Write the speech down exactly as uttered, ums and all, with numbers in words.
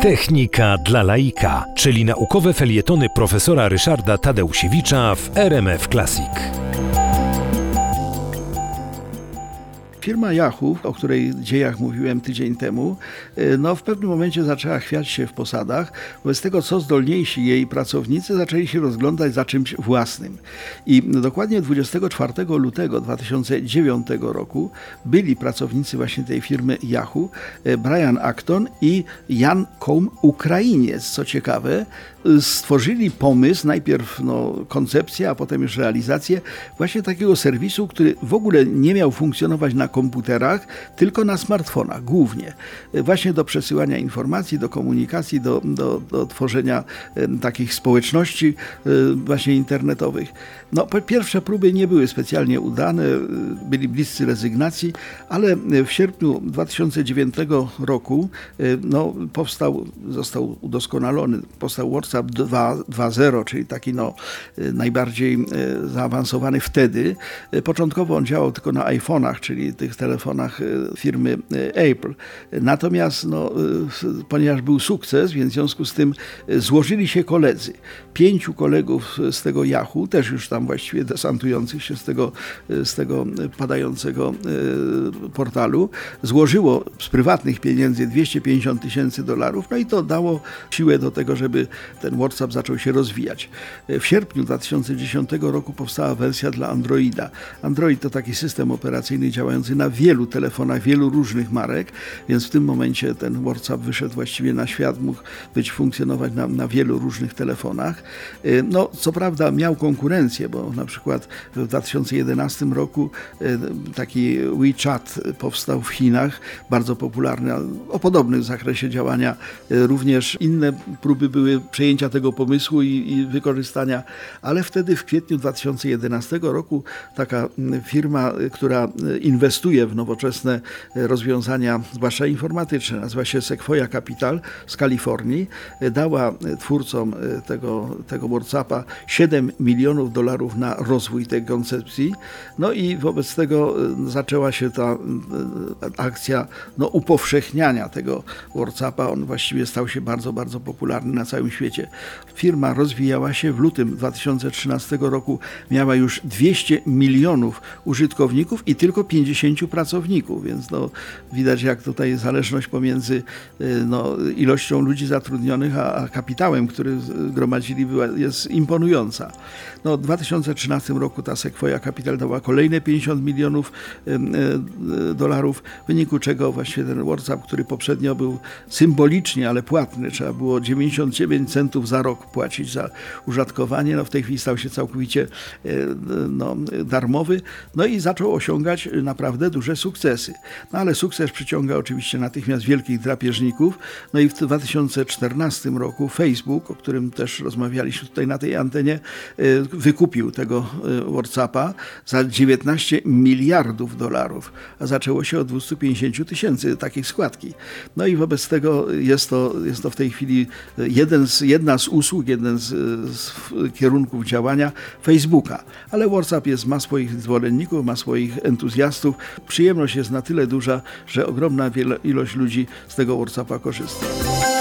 Technika dla laika, czyli naukowe felietony profesora Ryszarda Tadeusiewicza w R M F Classic. Firma Yahoo, o której dziejach mówiłem tydzień temu, no w pewnym momencie zaczęła chwiać się w posadach, wobec tego co zdolniejsi jej pracownicy zaczęli się rozglądać za czymś własnym. I dokładnie dwudziestego czwartego lutego dwa tysiące dziewiątego roku byli pracownicy właśnie tej firmy Yahoo, Brian Acton i Jan Koum, Ukrainiec, co ciekawe, stworzyli pomysł, najpierw no, koncepcję, a potem już realizację właśnie takiego serwisu, który w ogóle nie miał funkcjonować na komputerach, tylko na smartfonach głównie. Właśnie do przesyłania informacji, do komunikacji, do, do, do tworzenia e, takich społeczności e, właśnie internetowych. No, pierwsze próby nie były specjalnie udane, byli bliscy rezygnacji, ale w sierpniu dwa tysiące dziewiątego roku e, no, powstał, został udoskonalony, powstał WhatsApp dwa zero, czyli taki no, najbardziej zaawansowany wtedy. Początkowo on działał tylko na iPhone'ach, czyli tych telefonach firmy Apple. Natomiast no, ponieważ był sukces, więc w związku z tym złożyli się koledzy. Pięciu kolegów z tego Yahoo, też już tam właściwie desantujących się z tego, z tego padającego portalu, złożyło z prywatnych pieniędzy dwieście pięćdziesiąt tysięcy dolarów, no i to dało siłę do tego, żeby ten WhatsApp zaczął się rozwijać. W sierpniu dwa tysiące dziesiątego roku powstała wersja dla Androida. Android to taki system operacyjny działający na wielu telefonach, wielu różnych marek, więc w tym momencie ten WhatsApp wyszedł właściwie na świat, mógł być funkcjonować na, na wielu różnych telefonach. No, co prawda miał konkurencję, bo na przykład w dwa tysiące jedenastym roku taki WeChat powstał w Chinach, bardzo popularny, o podobnym zakresie działania. Również inne próby były przejęcia tego pomysłu i, i wykorzystania, ale wtedy w kwietniu dwa tysiące jedenastego roku taka firma, która inwestuje w nowoczesne rozwiązania, zwłaszcza informatyczne, nazywa się Sequoia Capital z Kalifornii, dała twórcom tego, tego WhatsAppa siedem milionów dolarów na rozwój tej koncepcji. No i wobec tego zaczęła się ta akcja no, upowszechniania tego WhatsAppa. On właściwie stał się bardzo, bardzo popularny na całym świecie. Firma rozwijała się. W lutym dwa tysiące trzynastego roku miała już dwieście milionów użytkowników i tylko pięćdziesięciu pracowników, więc no, widać jak tutaj zależność pomiędzy no, ilością ludzi zatrudnionych a, a kapitałem, który gromadzili, była, jest imponująca. No, w dwa tysiące trzynastym roku ta Sequoia Capital dała kolejne pięćdziesiąt milionów dolarów, w wyniku czego właśnie ten WhatsApp, który poprzednio był symbolicznie, ale płatny, trzeba było dziewięćdziesiąt dziewięć centów za rok płacić za użytkowanie, no w tej chwili stał się całkowicie no, darmowy, no i zaczął osiągać naprawdę duże sukcesy. No ale sukces przyciąga oczywiście natychmiast wielkich drapieżników, no i w dwa tysiące czternastym roku Facebook, o którym też rozmawialiśmy tutaj na tej antenie, wykupił tego WhatsAppa za dziewiętnaście miliardów dolarów, a zaczęło się od dwustu pięćdziesięciu tysięcy takiej składki. No i wobec tego jest to, jest to w tej chwili jeden z, jedna z usług, jeden z, z kierunków działania Facebooka. Ale WhatsApp jest, ma swoich zwolenników, ma swoich entuzjastów. Przyjemność jest na tyle duża, że ogromna ilość ludzi z tego WhatsAppa korzysta.